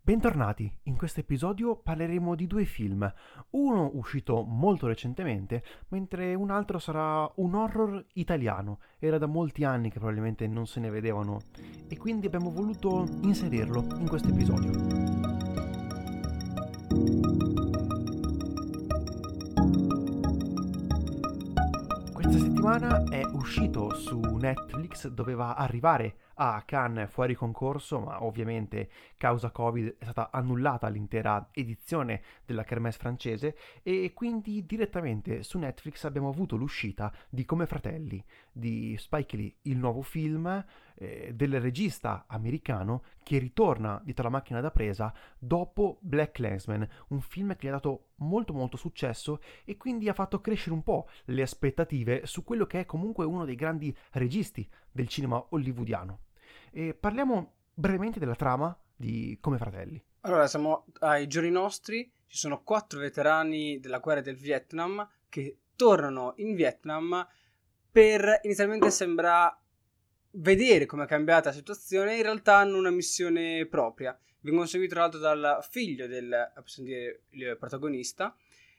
Bentornati, in questo episodio parleremo di due film, uno uscito molto recentemente, mentre un altro sarà un horror italiano, era da molti anni che probabilmente non se ne vedevano e quindi abbiamo voluto inserirlo in questo episodio. Questa settimana è uscito su Netflix, doveva arrivare a Cannes fuori concorso, ma ovviamente causa Covid è stata annullata l'intera edizione della Kermesse francese e quindi direttamente su Netflix abbiamo avuto l'uscita di Come Fratelli di Spike Lee, il nuovo film del regista americano che ritorna dietro la macchina da presa dopo Black Klansman, un film che gli ha dato molto successo e quindi ha fatto crescere un po' le aspettative su quello che è comunque uno dei grandi registi del cinema hollywoodiano. E parliamo brevemente della trama di Come Fratelli. Allora, siamo ai giorni nostri, ci sono 4 veterani della guerra del Vietnam che tornano in Vietnam per, inizialmente sembra vedere come è cambiata la situazione, in realtà hanno una missione propria. Vengono seguiti tra l'altro dal figlio del, possiamo dire, il protagonista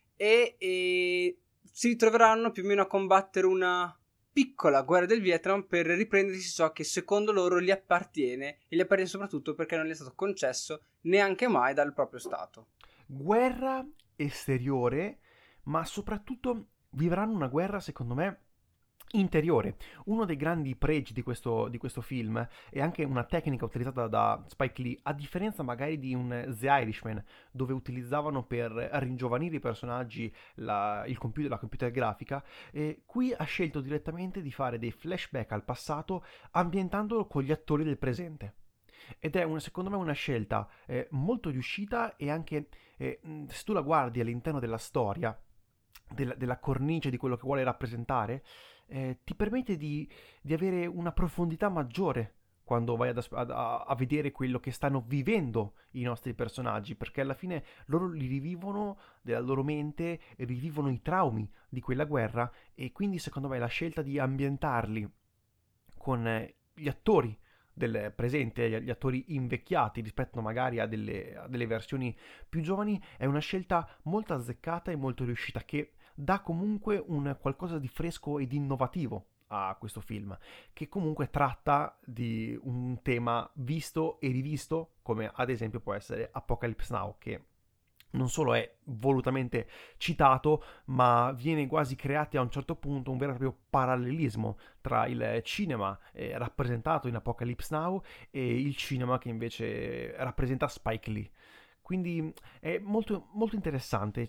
e si ritroveranno più o meno a combattere una piccola guerra del Vietnam per riprendersi ciò che secondo loro gli appartiene e gli appartiene soprattutto perché non gli è stato concesso neanche mai dal proprio Stato. Guerra esteriore, ma soprattutto vivranno una guerra, secondo me, interiore. Uno dei grandi pregi di questo film è anche una tecnica utilizzata da Spike Lee, a differenza magari di un The Irishman, dove utilizzavano per ringiovanire i personaggi la computer grafica, qui ha scelto direttamente di fare dei flashback al passato ambientandolo con gli attori del presente. Ed è secondo me una scelta molto riuscita e anche se tu la guardi all'interno della storia, della cornice di quello che vuole rappresentare, ti permette di avere una profondità maggiore quando vai a vedere quello che stanno vivendo i nostri personaggi, perché alla fine loro li rivivono della loro mente, rivivono i traumi di quella guerra e quindi secondo me la scelta di ambientarli con gli attori del presente, gli attori invecchiati rispetto magari a delle versioni più giovani, è una scelta molto azzeccata e molto riuscita che dà comunque un qualcosa di fresco e di innovativo a questo film, che comunque tratta di un tema visto e rivisto, come ad esempio può essere Apocalypse Now, che non solo è volutamente citato, ma viene quasi creato a un certo punto un vero e proprio parallelismo tra il cinema rappresentato in Apocalypse Now e il cinema che invece rappresenta Spike Lee. Quindi è molto interessante.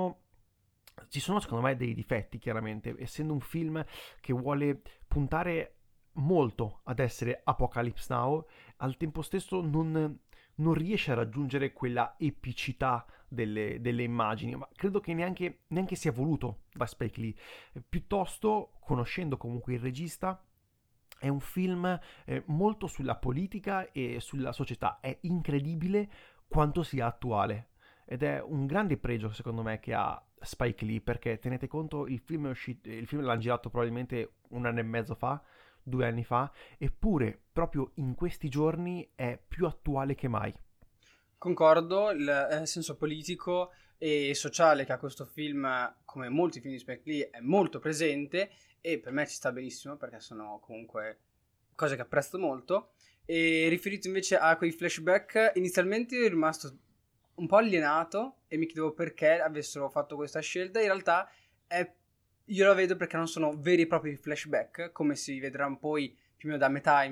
Ci sono secondo me dei difetti, chiaramente, essendo un film che vuole puntare molto ad essere Apocalypse Now, al tempo stesso non riesce a raggiungere quella epicità delle immagini, ma credo che neanche sia voluto da Spike Lee. Piuttosto, conoscendo comunque il regista, è un film molto sulla politica e sulla società. È incredibile quanto sia attuale. Ed è un grande pregio, secondo me, che ha Spike Lee, perché tenete conto, il film l'hanno girato probabilmente un anno e mezzo fa, 2 anni fa, eppure proprio in questi giorni è più attuale che mai. Concordo, il senso politico e sociale che ha questo film, come molti film di Spike Lee, è molto presente e per me ci sta benissimo perché sono comunque cose che apprezzo molto. E riferito invece a quei flashback, inizialmente ero rimasto un po' alienato e mi chiedevo perché avessero fatto questa scelta. In realtà io la vedo perché non sono veri e propri flashback, come si vedrà poi più o meno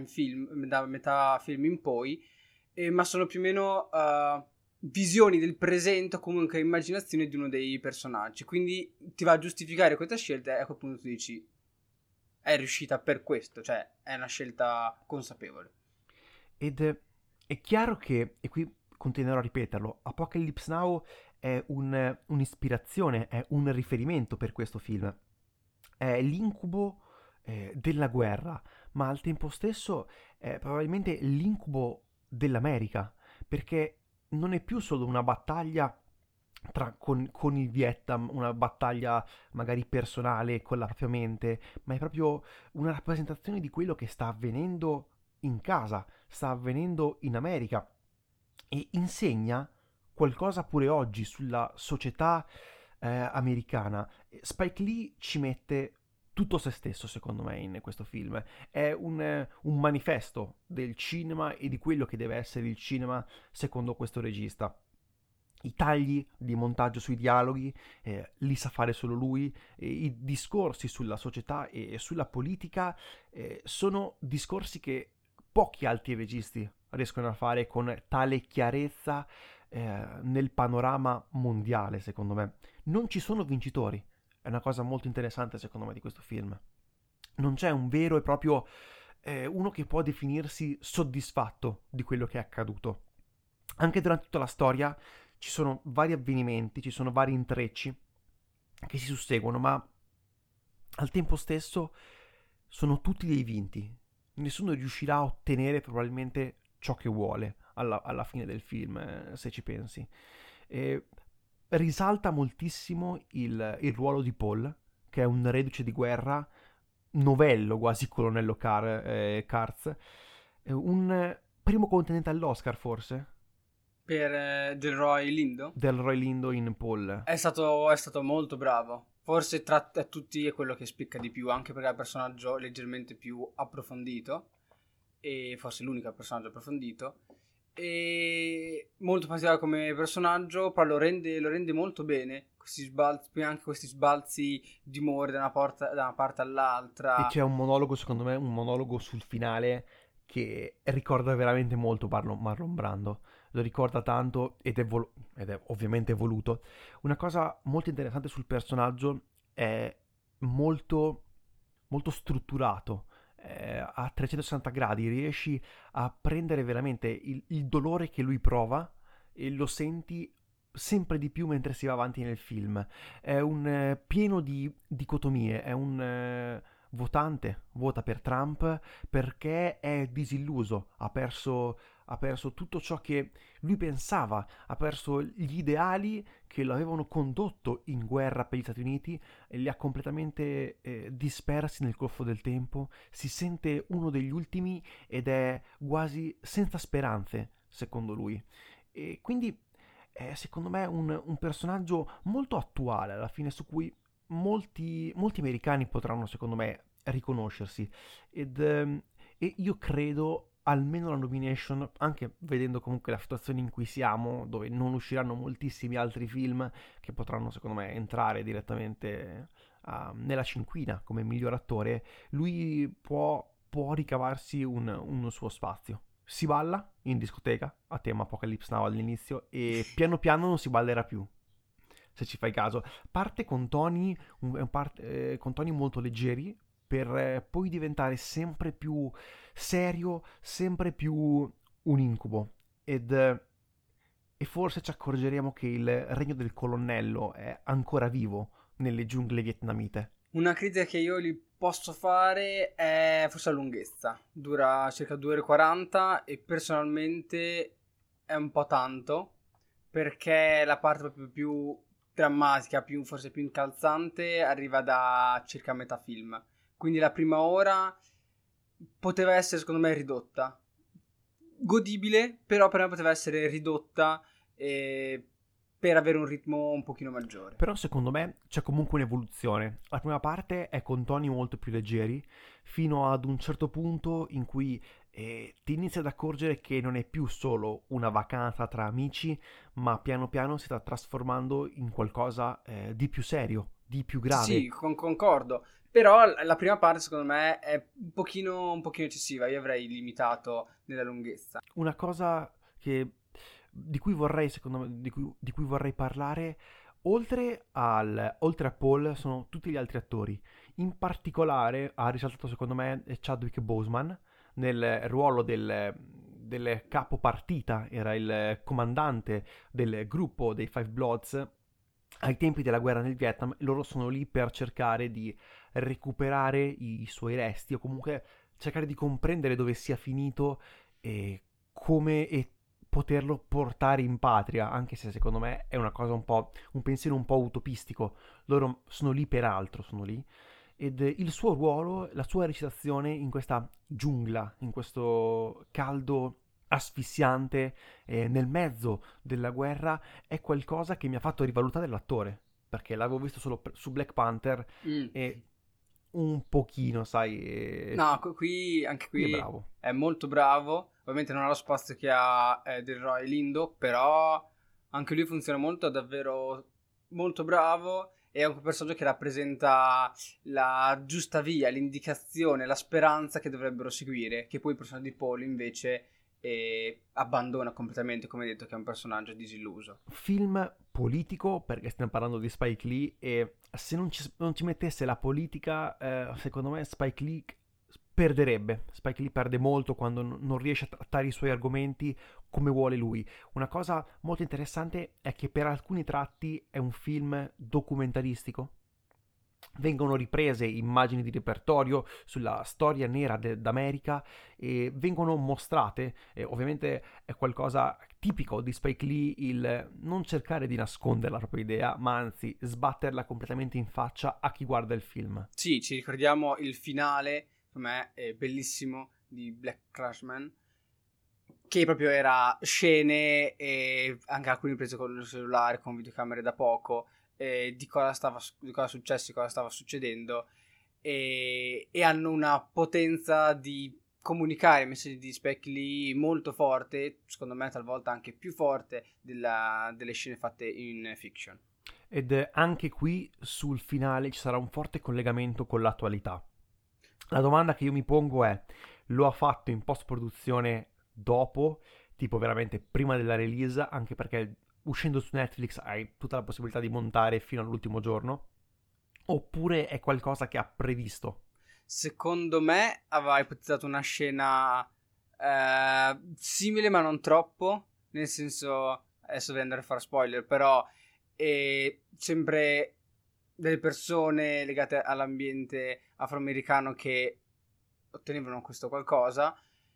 da metà film in poi, ma sono più o meno visioni del presente o comunque immaginazione di uno dei personaggi. Quindi ti va a giustificare questa scelta e a quel punto tu dici è riuscita per questo, cioè è una scelta consapevole. Ed è chiaro che, e qui continuerò a ripeterlo, Apocalypse Now è un'ispirazione, è un riferimento per questo film. È l'incubo della guerra, ma al tempo stesso è probabilmente l'incubo dell'America, perché non è più solo una battaglia con il Vietnam, una battaglia magari personale con la propria mente, ma è proprio una rappresentazione di quello che sta avvenendo in casa, sta avvenendo in America. e insegna qualcosa pure oggi sulla società americana. Spike Lee ci mette tutto se stesso, secondo me, in questo film. È un manifesto del cinema e di quello che deve essere il cinema secondo questo regista. I tagli di montaggio sui dialoghi li sa fare solo lui, i discorsi sulla società e sulla politica sono discorsi che pochi altri registi riescono a fare con tale chiarezza nel panorama mondiale, secondo me. Non ci sono vincitori, è una cosa molto interessante secondo me di questo film. Non c'è un vero e proprio uno che può definirsi soddisfatto di quello che è accaduto. Anche durante tutta la storia ci sono vari avvenimenti, ci sono vari intrecci che si susseguono, ma al tempo stesso sono tutti dei vinti. Nessuno riuscirà a ottenere probabilmente ciò che vuole alla fine del film, se ci pensi. E risalta moltissimo il ruolo di Paul, che è un reduce di guerra, novello quasi colonnello Kurtz, un primo contendente all'Oscar forse, Per Delroy Lindo del Roy Lindo in Paul. è stato molto bravo. Forse tra tutti è quello che spicca di più, anche perché è un personaggio leggermente più approfondito, e forse l'unico personaggio approfondito, e molto particolare come personaggio, però lo rende molto bene. Questi sbalzi, anche questi sbalzi di umore da una parte E all'altra. c'è un monologo, secondo me, un monologo sul finale che ricorda veramente molto Marlon Brando. Lo ricorda tanto ed è ovviamente voluto. Una cosa molto interessante sul personaggio è molto, molto strutturato. A 360 gradi riesci a prendere veramente il dolore che lui prova e lo senti sempre di più mentre si va avanti nel film. È un pieno di dicotomie, è un votante, vota per Trump perché è disilluso, ha perso tutto ciò che lui pensava, ha perso gli ideali che lo avevano condotto in guerra per gli Stati Uniti e li ha completamente dispersi nel corso del tempo, si sente uno degli ultimi ed è quasi senza speranze, secondo lui. E quindi è secondo me un personaggio molto attuale alla fine su cui molti americani potranno secondo me riconoscersi e io credo almeno la nomination, anche vedendo comunque la situazione in cui siamo, dove non usciranno moltissimi altri film che potranno secondo me entrare direttamente nella cinquina come miglior attore, lui può ricavarsi un suo spazio. Si balla in discoteca, a tema Apocalypse Now all'inizio, e piano piano non si ballerà più, se ci fai caso. Parte con con toni molto leggeri, per poi diventare sempre più serio, sempre più un incubo. E forse ci accorgeremo che il regno del colonnello è ancora vivo nelle giungle vietnamite. Una critica che io gli posso fare è forse la lunghezza. Dura circa 2 ore e 40 e personalmente è un po' tanto, perché la parte proprio più drammatica, forse più incalzante, arriva da circa metà film. Quindi la prima ora poteva essere secondo me ridotta. Godibile, però per me poteva essere ridotta per avere un ritmo un pochino maggiore. Però secondo me c'è comunque un'evoluzione. La prima parte è con toni molto più leggeri, fino ad un certo punto in cui ti inizi ad accorgere che non è più solo una vacanza tra amici, ma piano piano si sta trasformando in qualcosa di più serio, di più grave. Sì, concordo. Però la prima parte secondo me è un pochino eccessiva. Io avrei limitato nella lunghezza. Una cosa di cui vorrei, secondo me, di cui vorrei parlare, oltre a Paul, sono tutti gli altri attori. In particolare ha risaltato, secondo me, Chadwick Boseman nel ruolo del capo partita, era il comandante del gruppo dei Five Bloods ai tempi della guerra nel Vietnam. Loro sono lì per cercare di recuperare i suoi resti o comunque cercare di comprendere dove sia finito e come poterlo portare in patria, anche se secondo me è una cosa un pensiero un po' utopistico. Loro sono lì per altro, sono lì. Ed il suo ruolo, la sua recitazione in questa giungla, in questo caldo asfissiante nel mezzo della guerra è qualcosa che mi ha fatto rivalutare l'attore, perché l'avevo visto solo su Black Panther Mm. e un pochino, sai, No, anche qui è qui bravo. è molto bravo. Ovviamente non ha lo spazio che ha Delroy Lindo, però anche lui funziona molto, è davvero molto bravo. È un personaggio che rappresenta la giusta via, l'indicazione, la speranza che dovrebbero seguire. Che poi il personaggio di Paul invece abbandona completamente, come detto, che è un personaggio disilluso. Film politico, perché stiamo parlando di Spike Lee, e se non ci mettesse la politica, secondo me Spike Lee perderebbe. Spike Lee perde molto quando non riesce a trattare i suoi argomenti come vuole lui. Una cosa molto interessante è che per alcuni tratti è un film documentaristico. Vengono riprese immagini di repertorio sulla storia nera d'America e vengono mostrate, ovviamente è qualcosa tipico di Spike Lee il non cercare di nascondere la propria idea, ma anzi sbatterla completamente in faccia a chi guarda il film. Sì, ci ricordiamo il finale, per me è bellissimo, di Black Clansman, che proprio era scene e anche alcune prese con il cellulare, con videocamere da poco, di cosa successo, cosa stava succedendo, e hanno una potenza di comunicare i messaggi di Spike Lee molto forte, secondo me talvolta anche più forte delle scene fatte in fiction. Ed anche qui sul finale ci sarà un forte collegamento con l'attualità. La domanda che io mi pongo è: lo ha fatto in post-produzione dopo, tipo veramente prima della release, anche perché uscendo su Netflix hai tutta la possibilità di montare fino all'ultimo giorno, oppure è qualcosa che ha previsto? Secondo me aveva ipotizzato una scena simile ma non troppo, nel senso, adesso devo andare a fare spoiler, però sempre delle persone legate all'ambiente afroamericano che ottenevano questo qualcosa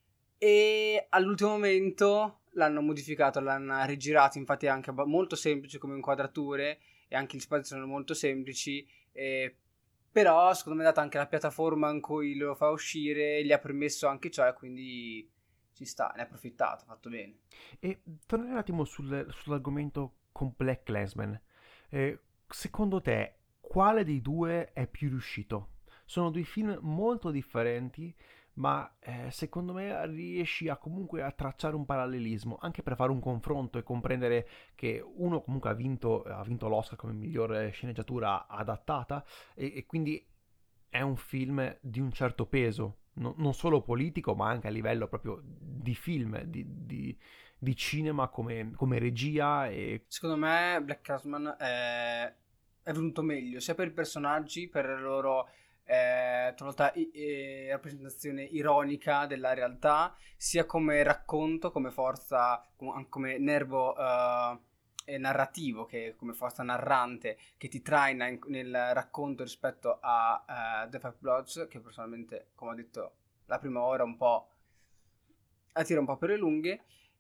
e all'ultimo momento l'hanno modificato, l'hanno rigirato, infatti è anche molto semplice come inquadrature e anche gli spazi sono molto semplici, però secondo me data anche la piattaforma in cui lo fa uscire gli ha permesso anche ciò e quindi ci sta, ne ha approfittato, ha fatto bene. E tornare un attimo sull'argomento con Black Clansman. Secondo te, quale dei due è più riuscito? Sono due film molto differenti, ma secondo me riesci a comunque a tracciare un parallelismo, anche per fare un confronto e comprendere che uno comunque ha vinto l'Oscar come miglior sceneggiatura adattata e quindi è un film di un certo peso, non solo politico, ma anche a livello proprio di film, di cinema come regia e Secondo me Black Clansman è venuto meglio sia per i personaggi, per la loro talvolta rappresentazione ironica della realtà, sia come racconto, come forza, come nervo narrativo, che come forza narrante che ti traina nel racconto rispetto a The Five Bloods, che personalmente, come ho detto, la prima ora un po' attira un po' per le lunghe.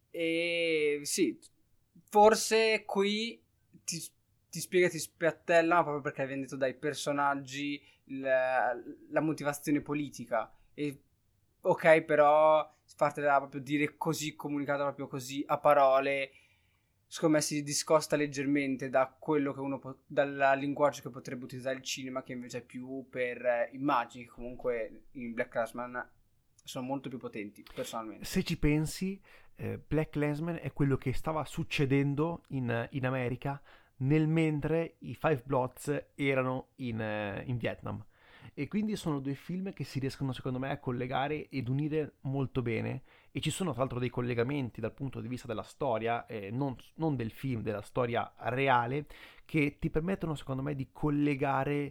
E sì, forse qui ti spiega, ti spiattella, ma proprio perché è venduto dai personaggi la motivazione politica. E ok, però fartela proprio dire così, comunicata proprio così a parole, secondo me si discosta leggermente da quello che dal linguaggio che potrebbe utilizzare il cinema, che invece è più per immagini, che comunque in Black Clansman sono molto più potenti, personalmente. se ci pensi, Black Klansman è quello che stava succedendo in America nel mentre i Five Bloods erano in Vietnam. E quindi sono due film che si riescono secondo me a collegare ed unire molto bene e ci sono tra l'altro dei collegamenti dal punto di vista della storia, non del film, della storia reale, che ti permettono secondo me di collegare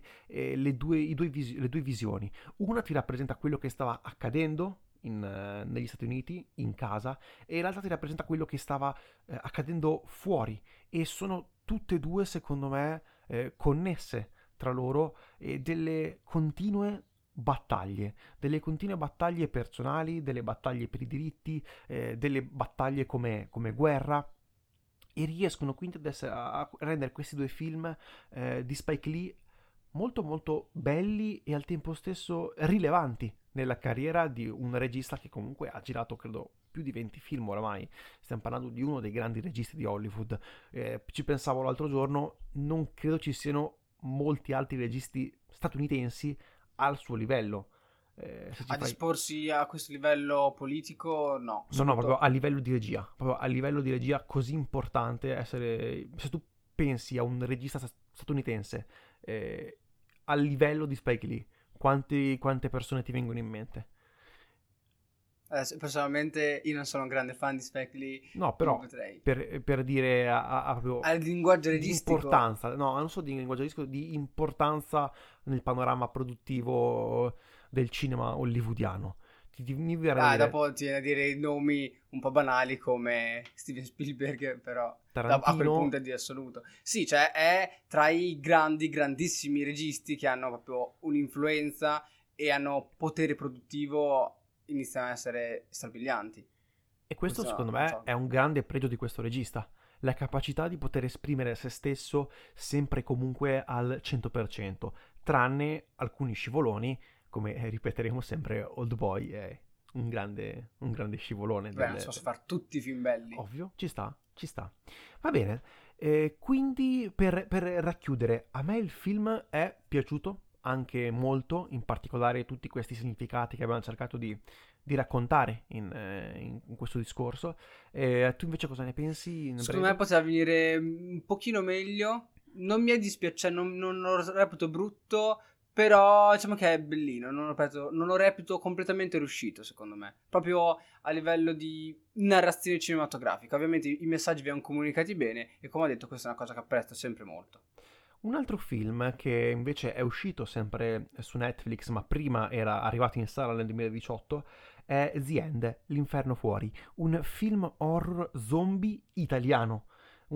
le due visioni. Una ti rappresenta quello che stava accadendo negli Stati Uniti, in casa, e l'altra ti rappresenta quello che stava accadendo fuori. E sono tutte e due, secondo me, connesse tra loro e delle continue battaglie personali, delle battaglie per i diritti, delle battaglie come guerra. E riescono quindi a rendere questi due film di Spike Lee molto molto belli e al tempo stesso rilevanti nella carriera di un regista che comunque ha girato, credo, più di 20 film oramai. Stiamo parlando di uno dei grandi registi di Hollywood. Ci pensavo l'altro giorno, non credo ci siano molti altri registi statunitensi al suo livello. Se ci Ad fai... esporsi a questo livello politico, no. No, no, proprio Soprattutto, a livello di regia, proprio a livello di regia così importante essere... Se tu pensi a un regista statunitense a livello di Spike Lee, quante persone ti vengono in mente? personalmente, io non sono un grande fan di Spike Lee, No, quindi però potrei. per dire proprio Al linguaggio di registico, importanza, no, non so di linguaggio disco, di importanza nel panorama produttivo del cinema hollywoodiano. Mi verrebbe da dire dopo ti viene a dire i nomi un po' banali come Steven Spielberg, però a quel Tarantino. punto è di assoluto. Sì, cioè è tra i grandissimi registi che hanno proprio un'influenza e hanno potere produttivo, iniziano a essere strabilianti. E questo secondo Non me so. è un grande pregio di questo regista, la capacità di poter esprimere se stesso sempre e comunque al 100%, tranne alcuni scivoloni, come ripeteremo sempre, Old Boy è un grande scivolone. Beh, non si possono fare tutti i film belli. Ovvio, ci sta, ci sta. Va bene, quindi per racchiudere, a me il film è piaciuto anche molto, in particolare tutti questi significati che abbiamo cercato di raccontare in questo discorso. Tu invece cosa ne pensi in Secondo me breve? poteva venire un pochino meglio. Non mi è dispiaciuto, non lo reputo brutto, però diciamo che è bellino. Non lo reputo completamente riuscito, secondo me. Proprio a livello di narrazione cinematografica. Ovviamente i messaggi vengono comunicati bene e come ho detto questa è una cosa che apprezzo sempre molto. Un altro film che invece è uscito sempre su Netflix, ma prima era arrivato in sala nel 2018, è The End, L'Inferno Fuori, un film horror zombie italiano,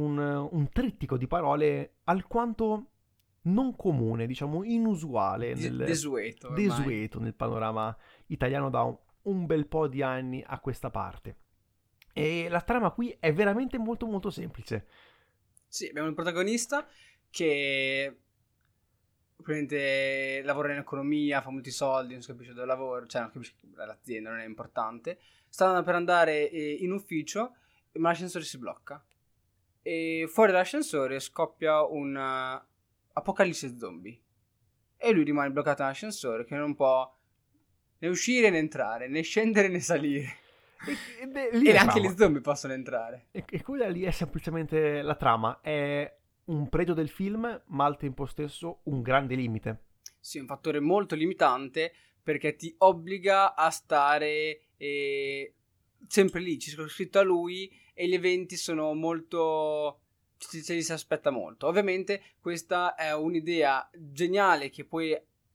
un trittico di parole alquanto non comune, diciamo inusuale, Desueto ormai. desueto nel panorama italiano da un bel po' di anni a questa parte. E la trama qui è veramente molto molto semplice. Sì, abbiamo il protagonista che praticamente lavora in economia, fa molti soldi, non si capisce dove lavora, cioè non capisce l'azienda, non è importante. Sta per andare in ufficio, ma l'ascensore si blocca. E fuori dall'ascensore scoppia un apocalisse zombie. E lui rimane bloccato nell'ascensore che non può né uscire né entrare, né scendere né salire. Lì E è neanche trama. gli zombie possono entrare. E quella lì è semplicemente la trama, è un pregio del film, ma al tempo stesso un grande limite. Sì, è un fattore molto limitante perché ti obbliga a stare sempre lì, circoscritto a lui e gli eventi sono molto... ce li si aspetta molto. Ovviamente questa è un'idea geniale che poi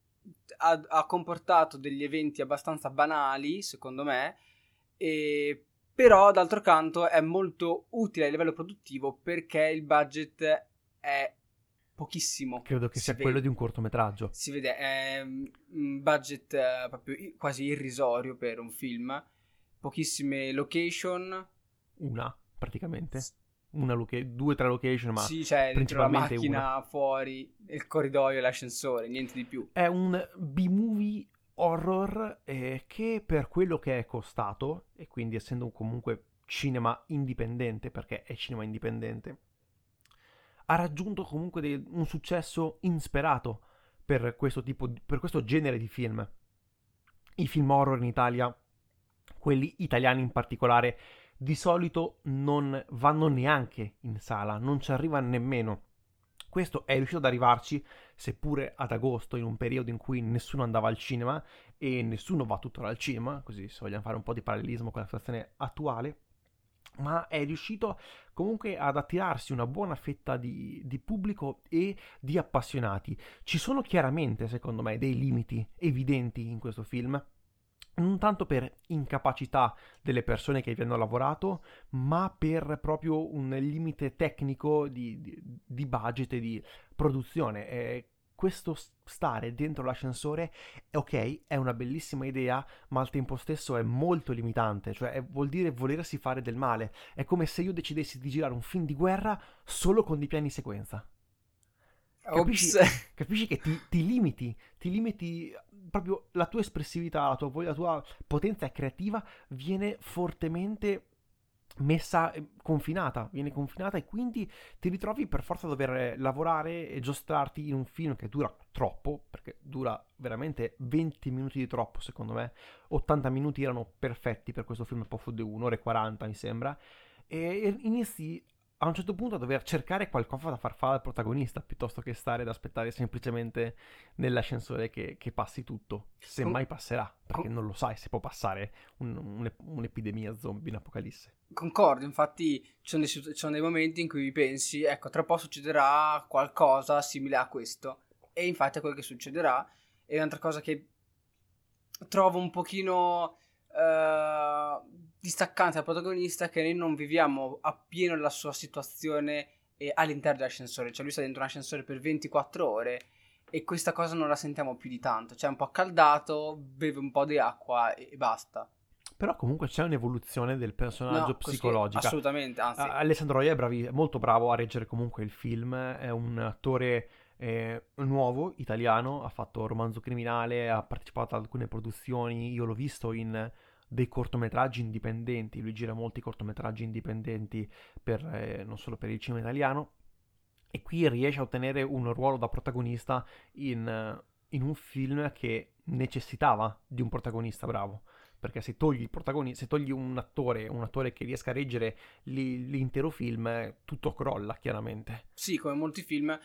ha comportato degli eventi abbastanza banali, secondo me, però d'altro canto è molto utile a livello produttivo perché il budget è pochissimo. Credo che sia quello di un cortometraggio. Si vede, è un budget proprio quasi irrisorio per un film. Pochissime location. Una, praticamente. Due o tre location, ma Sì, c'è dentro la principalmente macchina, una. fuori, il corridoio e l'ascensore, niente di più. È un B-movie horror che per quello che è costato, e quindi essendo comunque cinema indipendente, perché è cinema indipendente, ha raggiunto comunque un successo insperato per per questo genere di film. I film horror in Italia, quelli italiani in particolare, di solito non vanno neanche in sala, non ci arrivano nemmeno. Questo è riuscito ad arrivarci, seppure ad agosto, in un periodo in cui nessuno andava al cinema e nessuno va tuttora al cinema, così se vogliamo fare un po' di parallelismo con la situazione attuale, ma è riuscito comunque ad attirarsi una buona fetta di pubblico e di appassionati. Ci sono chiaramente, secondo me, dei limiti evidenti in questo film, non tanto per incapacità delle persone che vi hanno lavorato, ma per proprio un limite tecnico di budget e di produzione. Questo stare dentro l'ascensore è ok, è una bellissima idea, ma al tempo stesso è molto limitante, cioè vuol dire volersi fare del male. È come se io decidessi di girare un film di guerra solo con dei piani sequenza. Ops. Capisci che ti limiti proprio la tua espressività, la tua voglia, la tua potenza creativa viene fortemente messa, viene confinata e quindi ti ritrovi per forza a dover lavorare e giostrarti in un film che dura troppo, perché dura veramente 20 minuti di troppo secondo me, 80 minuti erano perfetti per questo film, poi fu di 1 ora e 40 mi sembra, e inizi a un certo punto a dover cercare qualcosa da far fare al protagonista piuttosto che stare ad aspettare semplicemente nell'ascensore che passi tutto, se Con- mai passerà, perché con- non lo sai se può passare un'epidemia zombie in apocalisse. Concordo, infatti ci sono dei momenti in cui pensi, ecco, tra poco succederà qualcosa simile a questo. E infatti è quello che succederà. E un'altra cosa che trovo un pochino distaccante dal protagonista è che noi non viviamo appieno la sua situazione all'interno dell'ascensore. Cioè lui sta dentro un ascensore per 24 ore e questa cosa non la sentiamo più di tanto. Cioè è un po' accaldato, beve un po' di acqua e basta. Però comunque c'è un'evoluzione del personaggio No, così psicologica. assolutamente, anzi. Alessandro Roy è molto bravo a reggere comunque il film, è un attore nuovo, italiano, ha fatto Romanzo Criminale, ha partecipato ad alcune produzioni, io l'ho visto in dei cortometraggi indipendenti, lui gira molti cortometraggi indipendenti non solo per il cinema italiano, e qui riesce a ottenere un ruolo da protagonista in un film che necessitava di un protagonista bravo. Perché se togli il protagonista, se togli un attore che riesca a reggere l'intero film, tutto crolla, chiaramente. Sì, come molti film,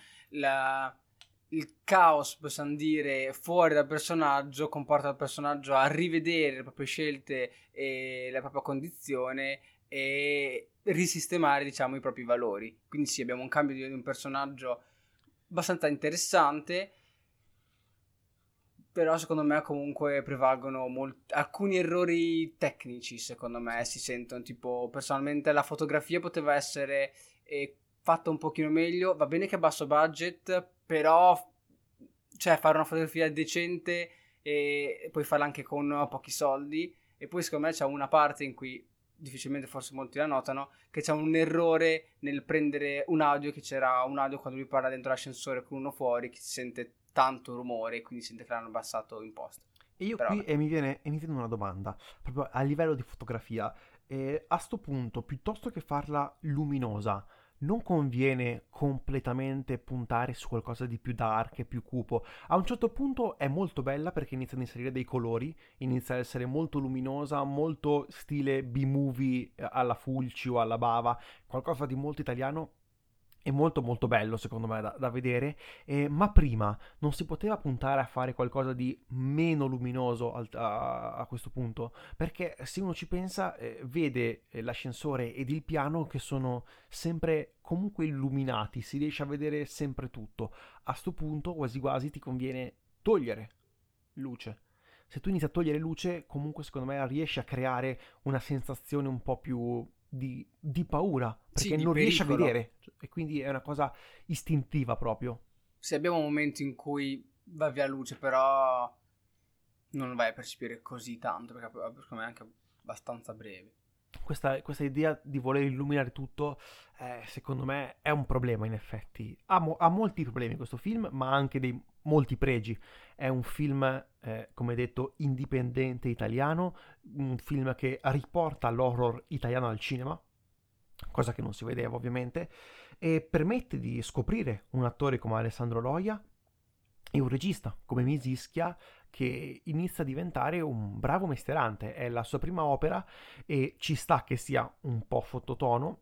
il caos, possiamo dire, fuori dal personaggio comporta il personaggio a rivedere le proprie scelte e la propria condizione e risistemare, diciamo, i propri valori. Quindi sì, abbiamo un cambio di un personaggio abbastanza interessante, però secondo me comunque prevalgono alcuni errori tecnici, secondo me si sentono, tipo personalmente la fotografia poteva essere fatta un pochino meglio, va bene che a basso budget, però cioè fare una fotografia decente e poi farla anche con pochi soldi. E poi secondo me c'è una parte in cui difficilmente forse molti la notano, che c'è un errore nel prendere un audio, che c'era un audio quando lui parla dentro l'ascensore con uno fuori, che si sente tanto rumore, quindi si sente che l'hanno abbassato in post. E io Però qui vabbè. mi viene una domanda, proprio a livello di fotografia. A sto punto, piuttosto che farla luminosa, non conviene completamente puntare su qualcosa di più dark e più cupo. A un certo punto è molto bella perché inizia ad inserire dei colori, inizia ad essere molto luminosa, molto stile B-movie alla Fulci o alla Bava, qualcosa di molto italiano. È molto molto bello secondo me da vedere, ma prima non si poteva puntare a fare qualcosa di meno luminoso a questo punto? Perché se uno ci pensa, vede l'ascensore ed il piano che sono sempre comunque illuminati, si riesce a vedere sempre tutto. A sto punto quasi quasi ti conviene togliere luce. Se tu inizi a togliere luce, comunque secondo me riesci a creare una sensazione un po' più di paura, Sì, perché di non riesci a pericolo. vedere, e quindi è una cosa istintiva proprio. Sì, abbiamo momenti in cui va via luce, però non vai a percepire così tanto, perché secondo me è anche abbastanza breve. Questa idea di voler illuminare tutto, secondo me, è un problema in effetti. Ha molti problemi questo film, ma ha anche dei molti pregi. È un film, come detto, indipendente italiano, un film che riporta l'horror italiano al cinema, cosa che non si vedeva ovviamente, e permette di scoprire un attore come Alessandro Loia e un regista come Misischia che inizia a diventare un bravo mestierante. È la sua prima opera e ci sta che sia un po' sottotono,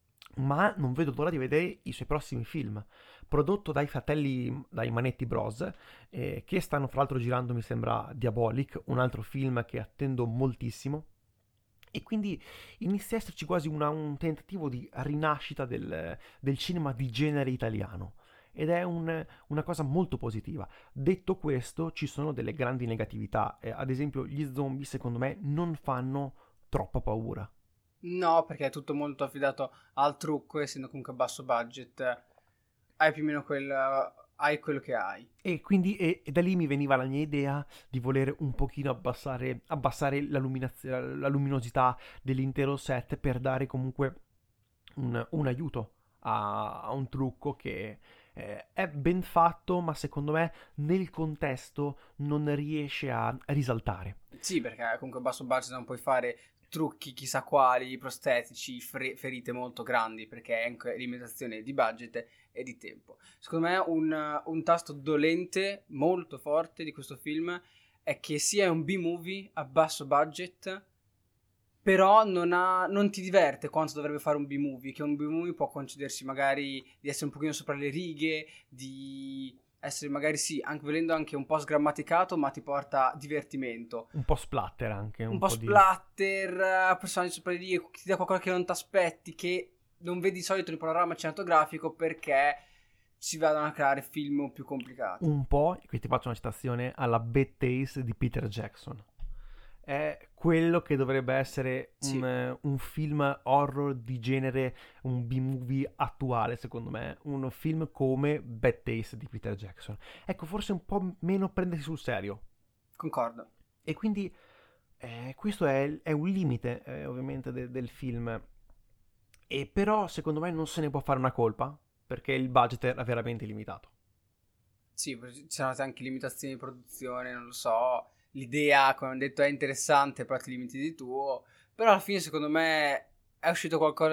ma non vedo l'ora di vedere i suoi prossimi film. Prodotto dai Manetti Bros, che stanno fra l'altro girando, mi sembra, Diabolic, un altro film che attendo moltissimo. E quindi inizia a esserci quasi un tentativo di rinascita del cinema di genere italiano. Ed è una cosa molto positiva. Detto questo, ci sono delle grandi negatività. Ad esempio, gli zombie, secondo me, non fanno troppa paura. No, perché è tutto molto affidato al trucco, essendo comunque a basso budget, hai più o meno hai quello che hai. E quindi e da lì mi veniva la mia idea di voler un pochino abbassare la luminosità dell'intero set per dare comunque un aiuto ha un trucco che è ben fatto, ma secondo me nel contesto non riesce a risaltare. Sì, perché comunque a basso budget non puoi fare trucchi chissà quali, prostetici, ferite molto grandi, perché è anche limitazione di budget e di tempo. Secondo me un tasto dolente molto forte di questo film è che sia un B-movie a basso budget, però non ti diverte quanto dovrebbe fare un B-movie, che un B-movie può concedersi magari di essere un pochino sopra le righe, di essere magari sì, anche volendo anche un po' sgrammaticato, ma ti porta divertimento. Un po' splatter anche, Un po' splatter, personaggi sopra le righe, ti dà qualcosa che non ti aspetti, che non vedi di solito nel panorama cinematografico perché si vadano a creare film più complicati. Un po', qui ti faccio una citazione, alla Bad Taste di Peter Jackson. È quello che dovrebbe essere Sì. un film horror di genere, un B-movie attuale, secondo me. Un film come Bad Taste di Peter Jackson. Ecco, forse un po' meno prendersi sul serio. Concordo. E quindi questo è un limite, ovviamente, del film. E però, secondo me, non se ne può fare una colpa, perché il budget era veramente limitato. Sì, ci sono anche limitazioni di produzione, non lo so. L'idea, come ho detto, è interessante, però ti limiti di tuo. Però alla fine, secondo me, è uscito qualcosa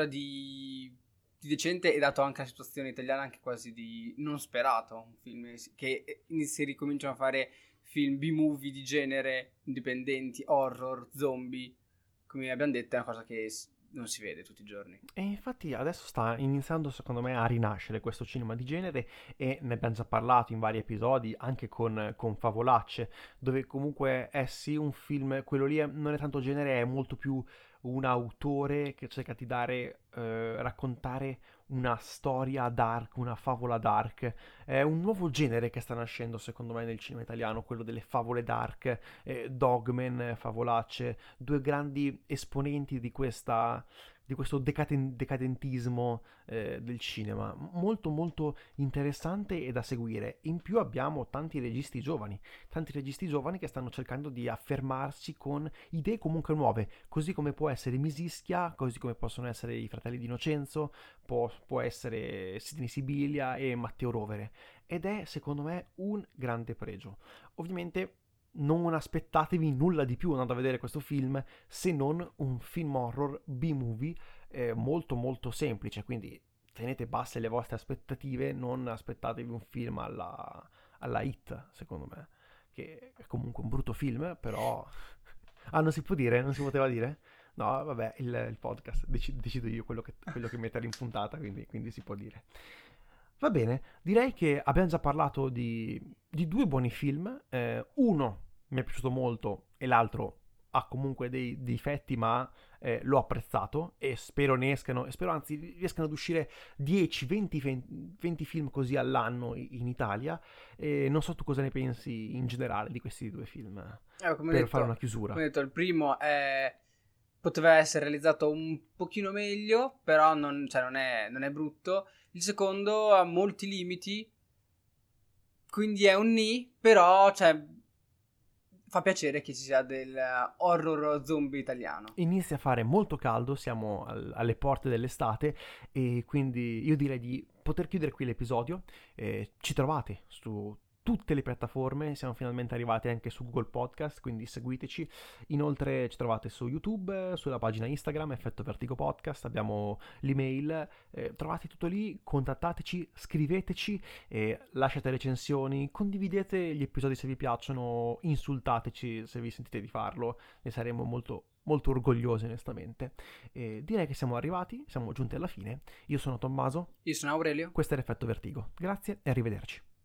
di decente e dato anche la situazione italiana, anche quasi di non sperato. Un film che si ricominciano a fare film B-movie di genere, indipendenti, horror, zombie. Come abbiamo detto, è una cosa che non si vede tutti i giorni. E infatti adesso sta iniziando secondo me a rinascere questo cinema di genere e ne abbiamo già parlato in vari episodi anche con Favolacce, dove comunque è sì un film, quello lì non è tanto genere, è molto più un autore che cerca di raccontare una storia dark, una favola dark. È un nuovo genere che sta nascendo secondo me nel cinema italiano, quello delle favole dark, Dogman, Favolacce, due grandi esponenti di questo decadentismo del cinema, molto molto interessante e da seguire. In più abbiamo tanti registi giovani che stanno cercando di affermarsi con idee comunque nuove, così come può essere Misischia, così come possono essere i fratelli di Innocenzo, può essere Sidney Sibilia e Matteo Rovere, ed è secondo me un grande pregio. Ovviamente non aspettatevi nulla di più andando a vedere questo film se non un film horror B-movie molto molto semplice, quindi tenete basse le vostre aspettative, non aspettatevi un film alla Hit, secondo me, che è comunque un brutto film, però... Ah, non si può dire? Non si poteva dire? No, vabbè, il podcast, decido io quello che mettere in puntata, quindi si può dire. Va bene, direi che abbiamo già parlato di due buoni film, uno mi è piaciuto molto e l'altro ha comunque dei difetti, ma l'ho apprezzato e spero ne escano, e spero anzi riescano ad uscire 10-20 film così all'anno in Italia, e non so tu cosa ne pensi in generale di questi due film, per fare una chiusura. Come ho detto, il primo poteva essere realizzato un pochino meglio, però non è brutto. Il secondo ha molti limiti, quindi è un ni, però fa piacere che ci sia del horror zombie italiano. Inizia a fare molto caldo, siamo alle porte dell'estate e quindi io direi di poter chiudere qui l'episodio. Ci trovate su tutte le piattaforme, siamo finalmente arrivati anche su Google Podcast, quindi seguiteci. Inoltre ci trovate su YouTube, sulla pagina Instagram Effetto Vertigo Podcast, abbiamo l'email, trovate tutto lì, contattateci, scriveteci, lasciate recensioni, condividete gli episodi se vi piacciono, insultateci se vi sentite di farlo, ne saremo molto molto orgogliosi onestamente. Direi che siamo arrivati, siamo giunti alla fine. Io sono Tommaso, Io sono Aurelio. questo è l'Effetto Vertigo, grazie e arrivederci.